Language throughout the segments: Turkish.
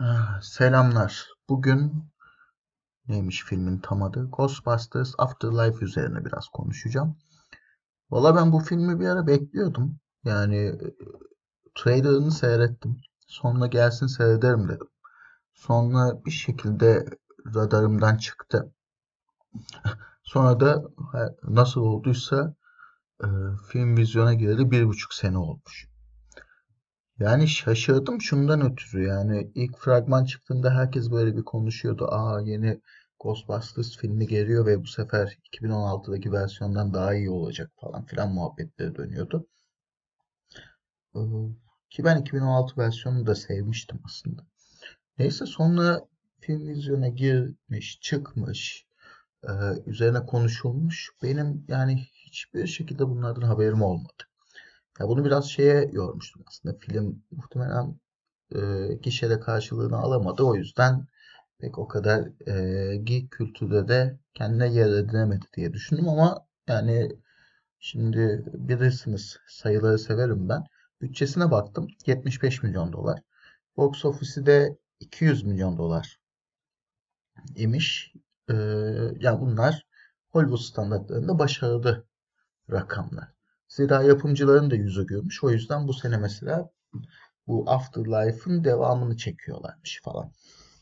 Selamlar. Bugün neymiş filmin tam adı? Ghostbusters Afterlife üzerine biraz konuşacağım. Valla ben bu filmi bir ara bekliyordum. Yani trailerını seyrettim. Sonra gelsin seyrederim dedim. Sonra bir şekilde radarımdan çıktı. Sonra da nasıl olduysa e, film vizyona gireli 1,5 sene olmuş. Yani şaşırdım şundan ötürü, yani ilk fragman çıktığında herkes böyle bir konuşuyordu. Yeni Ghostbusters filmi geliyor ve bu sefer 2016'daki versiyondan daha iyi olacak falan filan muhabbetleri dönüyordu. Ee, Ki ben 2016 versiyonunu da sevmiştim aslında. Neyse, sonra film vizyona girmiş, çıkmış, e, üzerine konuşulmuş. Benim yani hiçbir şekilde bunlardan haberim olmadı. Ya bunu biraz şeye yormuştum aslında. Film muhtemelen gişede karşılığını alamadı. O yüzden pek o kadar geek kültürde de kendine yer edinemedi diye düşündüm ama yani şimdi bilirsiniz, sayıları severim ben. Bütçesine baktım, 75 milyon dolar. Box office'i de 200 milyon dolar imiş. E, Yani bunlar Hollywood standartlarında başarılı rakamlar. Zira yapımcıların da yüzü gülmüş. O yüzden bu sene mesela bu Afterlife'ın devamını çekiyorlarmış falan.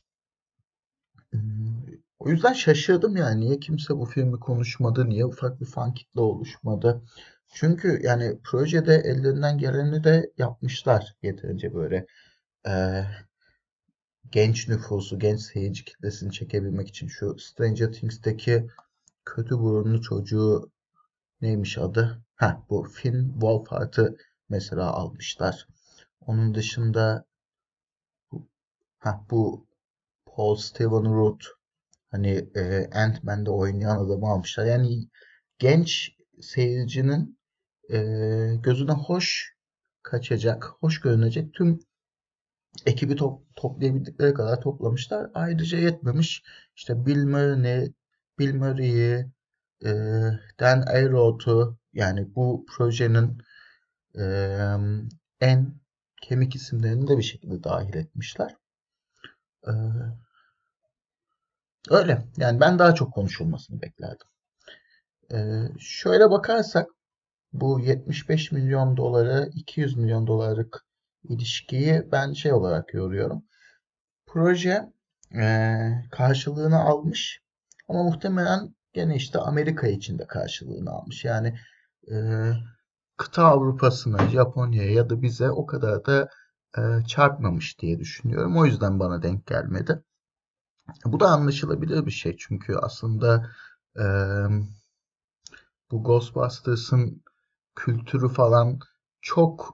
O yüzden şaşırdım yani. Niye kimse bu filmi konuşmadı? Niye ufak bir fan kitle oluşmadı? Çünkü yani projede ellerinden geleni de yapmışlar yeterince, böyle eee, genç nüfusu, genç seyirci kitlesini çekebilmek için. Şu Stranger Things'teki kötü burunlu çocuğu, neymiş adı? Bu Finn Wolfhard'ı mesela almışlar. Onun dışında bu Paul Steven Root, hani Ant-Man'de oynayan adamı almışlar. Yani genç seyircinin gözüne hoş kaçacak, hoş görünecek tüm ekibi toplayabildikleri kadar toplamışlar. Ayrıca yetmemiş. İşte Bill Murray'i, e, Dan Aykroyd'u, yani bu projenin e, en kemik isimlerini de bir şekilde dahil etmişler. E, Öyle. Yani ben daha çok konuşulmasını beklerdim. Şöyle bakarsak, bu 75 milyon dolara 200 milyon dolarlık ilişkiyi ben şey olarak yoruyorum. Proje karşılığını almış ama muhtemelen gene işte Amerika için de karşılığını almış. Yani eee, kıta Avrupa'sına, Japonya'ya ya da bize o kadar da çarpmamış diye düşünüyorum. O yüzden bana denk gelmedi. Bu da anlaşılabilir bir şey, çünkü aslında eee, bu Ghostbusters'ın kültürü falan çok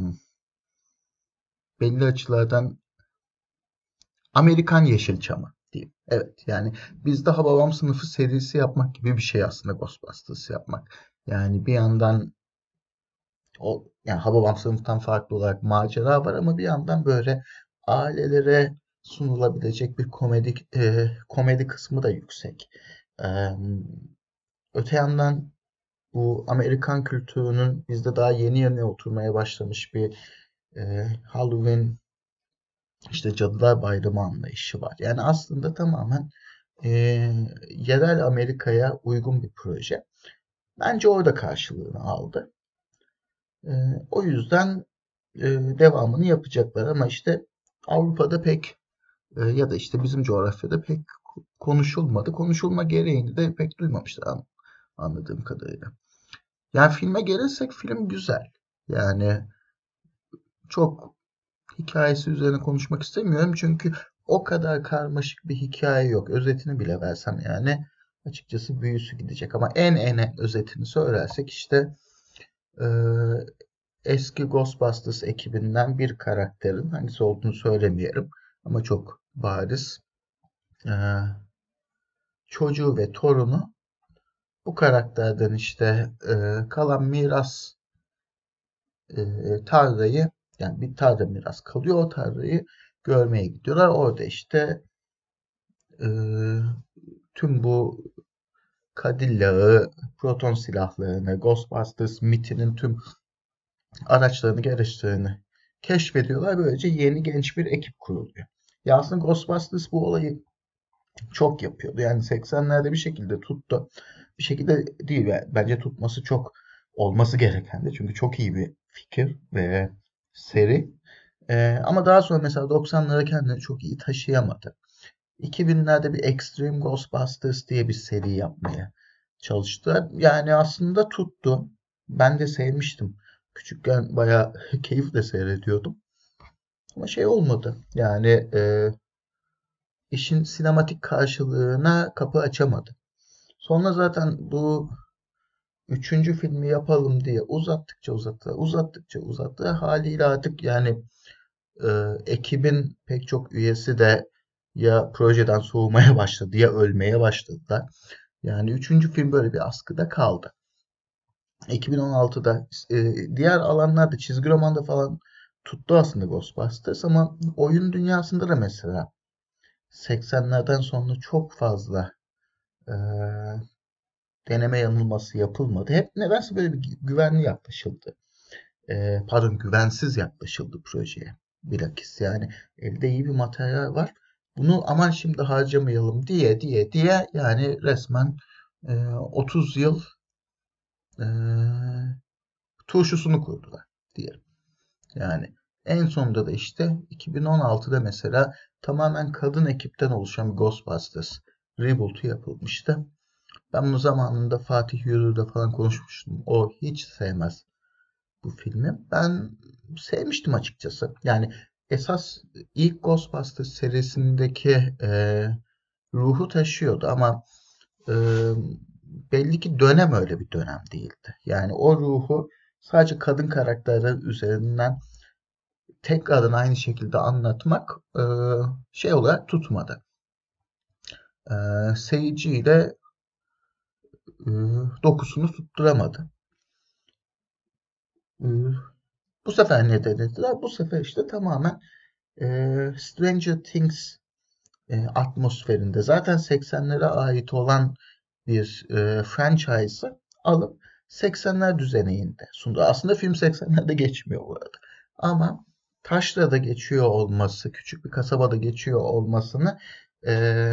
belli açılardan Amerikan Yeşilçamı diyeyim. Evet, yani bizde Hababam Sınıfı serisi yapmak gibi bir şey aslında Ghostbusters yapmak. Yani bir yandan yani Hababam Sınıfı'ndan farklı olarak macera var ama bir yandan böyle ailelere sunulabilecek bir komedi kısmı da yüksek. E, Öte yandan bu Amerikan kültürünün bizde daha yeni yeni oturmaya başlamış bir Halloween, işte Cadılar Bayramı anlayışı var. Yani aslında tamamen yerel Amerika'ya uygun bir proje. Bence orada karşılığını aldı. O yüzden devamını yapacaklar ama işte Avrupa'da pek ya da işte bizim coğrafyada pek konuşulmadı. Konuşulma gereğini de pek duymamışlar anladığım kadarıyla. Yani filme gelirsek, film güzel. Yani çok hikayesi üzerine konuşmak istemiyorum çünkü o kadar karmaşık bir hikaye yok. Özetini bile versem yani açıkçası büyüsü gidecek. Ama en özetini söylersek, işte eee, eski Ghostbusters ekibinden bir karakterin, hangisi olduğunu söylemeyelim ama çok bariz, eee, çocuğu ve torunu bu karakterden işte kalan miras, tarlayı, yani bir tarla miras kalıyor, o tarlayı görmeye gidiyorlar. Orada işte Eee, tüm bu Cadillac'ı, proton silahlarını, Ghostbusters mitinin tüm araçlarını, gereçlerini keşfediyorlar. Böylece yeni genç bir ekip kuruluyor. Ya aslında Ghostbusters bu olayı çok yapıyordu. Yani 80'lerde bir şekilde tuttu. Bir şekilde değil. Bence tutması çok olması gerekendi. Çünkü çok iyi bir fikir ve seri. Ama daha sonra mesela 90'lara kendini çok iyi taşıyamadı. 2000'lerde bir Extreme Ghostbusters diye bir seri yapmaya çalıştılar. Yani aslında tuttu. Ben de sevmiştim. Küçükken bayağı keyifle seyrediyordum. Ama şey olmadı. Yani işin sinematik karşılığına kapı açamadı. Sonra zaten bu üçüncü filmi yapalım diye uzattıkça haliyle artık yani ekibin pek çok üyesi de ya projeden soğumaya başladı ya ölmeye başladılar. Yani üçüncü film böyle bir askıda kaldı. 2016'da diğer alanlarda çizgi romanda falan tuttu aslında Ghostbusters ama oyun dünyasında da mesela 80'lerden sonra çok fazla e, deneme yanılması yapılmadı. Hep nedense böyle bir güvenli yaklaşıldı. Pardon, güvensiz yaklaşıldı projeye. Bilakis yani elde iyi bir materyal var. Bunu aman şimdi harcamayalım diye yani resmen 30 yıl e, turşusunu kurdular diyelim. Yani en sonunda da işte 2016'da mesela tamamen kadın ekipten oluşan bir Ghostbusters reboot'u yapılmıştı. Ben bunu zamanında Fatih Yürür'de falan konuşmuştum. O hiç sevmez bu filmi. Ben sevmiştim açıkçası. Yani esas ilk Ghostbusters serisindeki ruhu taşıyordu ama e, belli ki dönem öyle bir dönem değildi. Yani o ruhu sadece kadın karakterler üzerinden tekrardan aynı şekilde anlatmak şey olarak tutmadı. Seyirciyle e, dokusunu tutturamadı. E, Bu sefer ne dediler? Bu sefer işte tamamen Stranger Things atmosferinde zaten 80'lere ait olan bir franchise'ı alıp 80'ler düzeninde sundu. Aslında film 80'lerde geçmiyor bu arada. Ama Taşra'da geçiyor olması, küçük bir kasabada geçiyor olmasını e,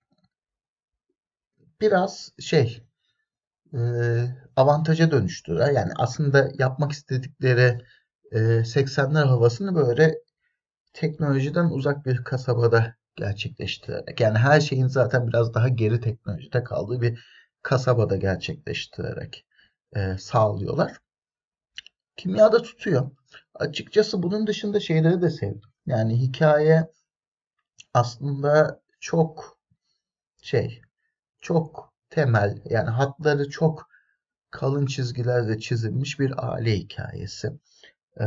biraz şey e, avantaja dönüştüler. Yani aslında yapmak istedikleri 80'ler havasını böyle teknolojiden uzak bir kasabada gerçekleştirerek yani her şeyin zaten biraz daha geri teknolojide kaldığı bir kasabada gerçekleştirerek sağlıyorlar. Kimyada tutuyor. Açıkçası bunun dışında şeyleri de sevdim. Yani hikaye aslında çok şey, çok temel yani hatları çok kalın çizgilerle çizilmiş bir aile hikayesi. Ee,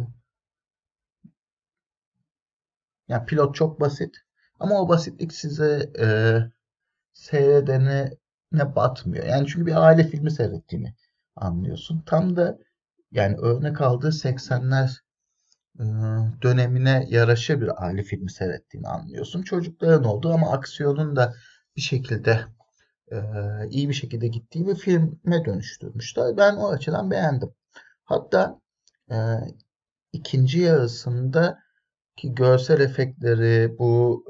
Yani pilot çok basit ama o basitlik size seyredene batmıyor. Yani çünkü bir aile filmi seyrettiğini anlıyorsun. Tam da yani örnek aldığı 80'ler e, dönemine yaraşır bir aile filmi seyrettiğini anlıyorsun. Çocukların olduğu ama aksiyonun da bir şekilde e, iyi bir şekilde gittiği bir filme dönüştürmüşler. Ben o açıdan beğendim. Hatta e, ikinci yarısında ki görsel efektleri bu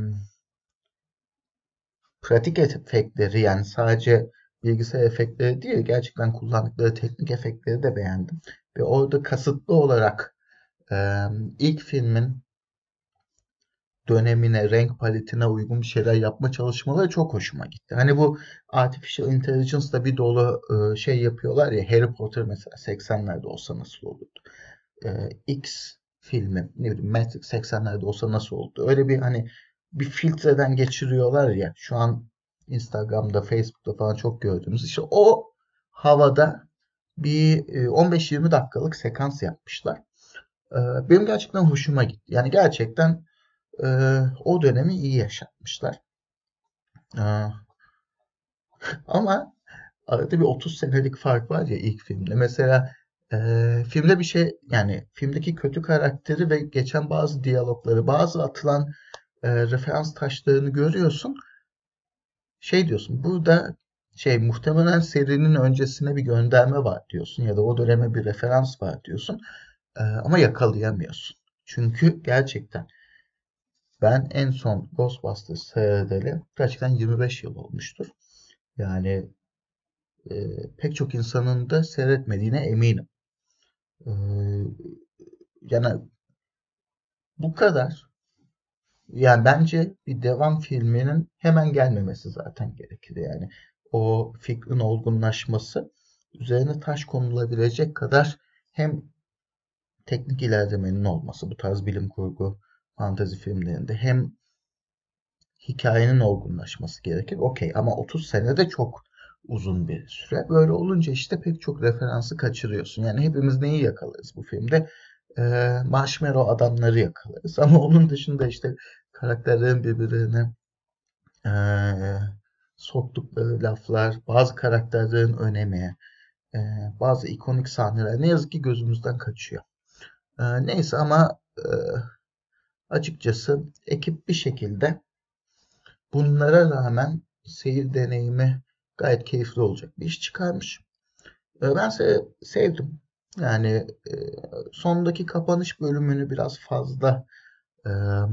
pratik efektleri yani sadece bilgisayar efektleri değil gerçekten kullandıkları teknik efektleri de beğendim. Ve orada kasıtlı olarak ilk filmin dönemine, renk paletine uygun bir şeyler yapma çalışmaları çok hoşuma gitti. Hani bu Artificial Intelligence'da bir dolu şey yapıyorlar ya Harry Potter mesela 80'lerde olsa nasıl olurdu? X filmi ne bileyim Matrix 80'lerde olsa nasıl oldu? Öyle bir hani bir filtreden geçiriyorlar ya şu an Instagram'da, Facebook'ta falan çok gördüğümüz işte o havada bir 15-20 dakikalık sekans yapmışlar. Benim gerçekten hoşuma gitti. Yani gerçekten o dönemi iyi yaşatmışlar. Ee, Ama arada bir 30 senelik fark var ya ilk filmde. Mesela filmde bir şey yani filmdeki kötü karakteri ve geçen bazı diyalogları, bazı atılan referans taşlarını görüyorsun. Şey diyorsun burada şey muhtemelen serinin öncesine bir gönderme var diyorsun ya da o döneme bir referans var diyorsun. Ama yakalayamıyorsun. Çünkü gerçekten Ben en son Ghostbusters seyredeli gerçekten 25 yıl olmuştur. Yani pek çok insanın da seyretmediğine eminim. E, Yani bu kadar. Yani bence bir devam filminin hemen gelmemesi zaten gerekir. Yani o fikrin olgunlaşması üzerine taş konulabilecek kadar hem teknik ilerlemenin olması bu tarz bilim kurgu fantezi filmlerinde hem hikayenin olgunlaşması gerekir. Okey ama 30 sene de çok uzun bir süre. Böyle olunca işte pek çok referansı kaçırıyorsun. Yani hepimiz neyi yakalarız bu filmde? Marshmallow adamları yakalarız. Ama onun dışında işte karakterlerin birbirine ee, soktukları laflar, bazı karakterlerin önemi, e, bazı ikonik sahneler ne yazık ki gözümüzden kaçıyor. Neyse ama açıkçası ekip bir şekilde bunlara rağmen seyir deneyimi gayet keyifli olacak bir iş çıkarmış. Ben sevdim. Yani sondaki kapanış bölümünü biraz fazla e,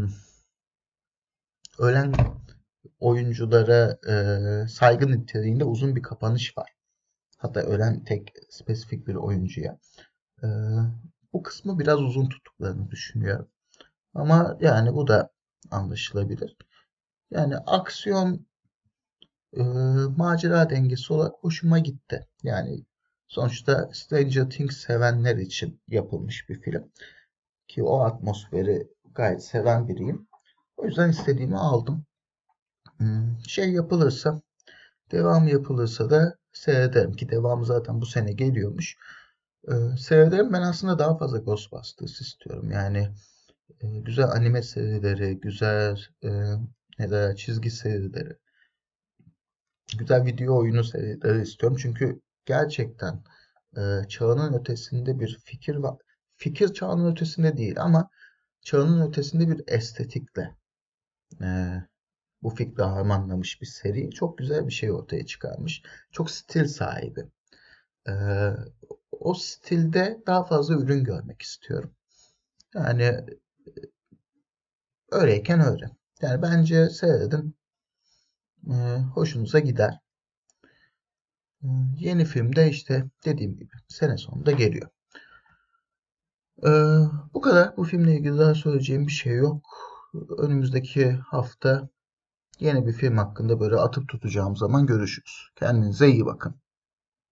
ölen oyunculara saygı niteliğinde uzun bir kapanış var. Hatta ölen tek spesifik bir oyuncuya. Ee, Bu kısmı biraz uzun tuttuklarını düşünüyorum. Ama yani bu da anlaşılabilir. Yani aksiyon e, macera dengesi olarak hoşuma gitti. Yani sonuçta Stranger Things sevenler için yapılmış bir film. Ki o atmosferi gayet seven biriyim. O yüzden istediğimi aldım. Şey yapılırsa, devam yapılırsa da seyrederim ki devamı zaten bu sene geliyormuş. Seyrederim. Ben aslında daha fazla Ghostbusters istiyorum. Yani güzel anime serileri, güzel ne de çizgi serileri, güzel video oyunu serileri istiyorum. Çünkü gerçekten çağının ötesinde bir fikir var. Fikir çağının ötesinde değil ama çağının ötesinde bir estetikle e, bu fikri harmanlamış bir seri. Çok güzel bir şey ortaya çıkarmış. Çok stil sahibi. E, O stilde daha fazla ürün görmek istiyorum. Yani öyleyken öyle. Yani bence seyredin. Hoşunuza gider. Yeni film de işte dediğim gibi sene sonunda geliyor. Ee, Bu kadar. Bu filmle ilgili daha söyleyeceğim bir şey yok. Önümüzdeki hafta yeni bir film hakkında böyle atıp tutacağım zaman görüşürüz. Kendinize iyi bakın.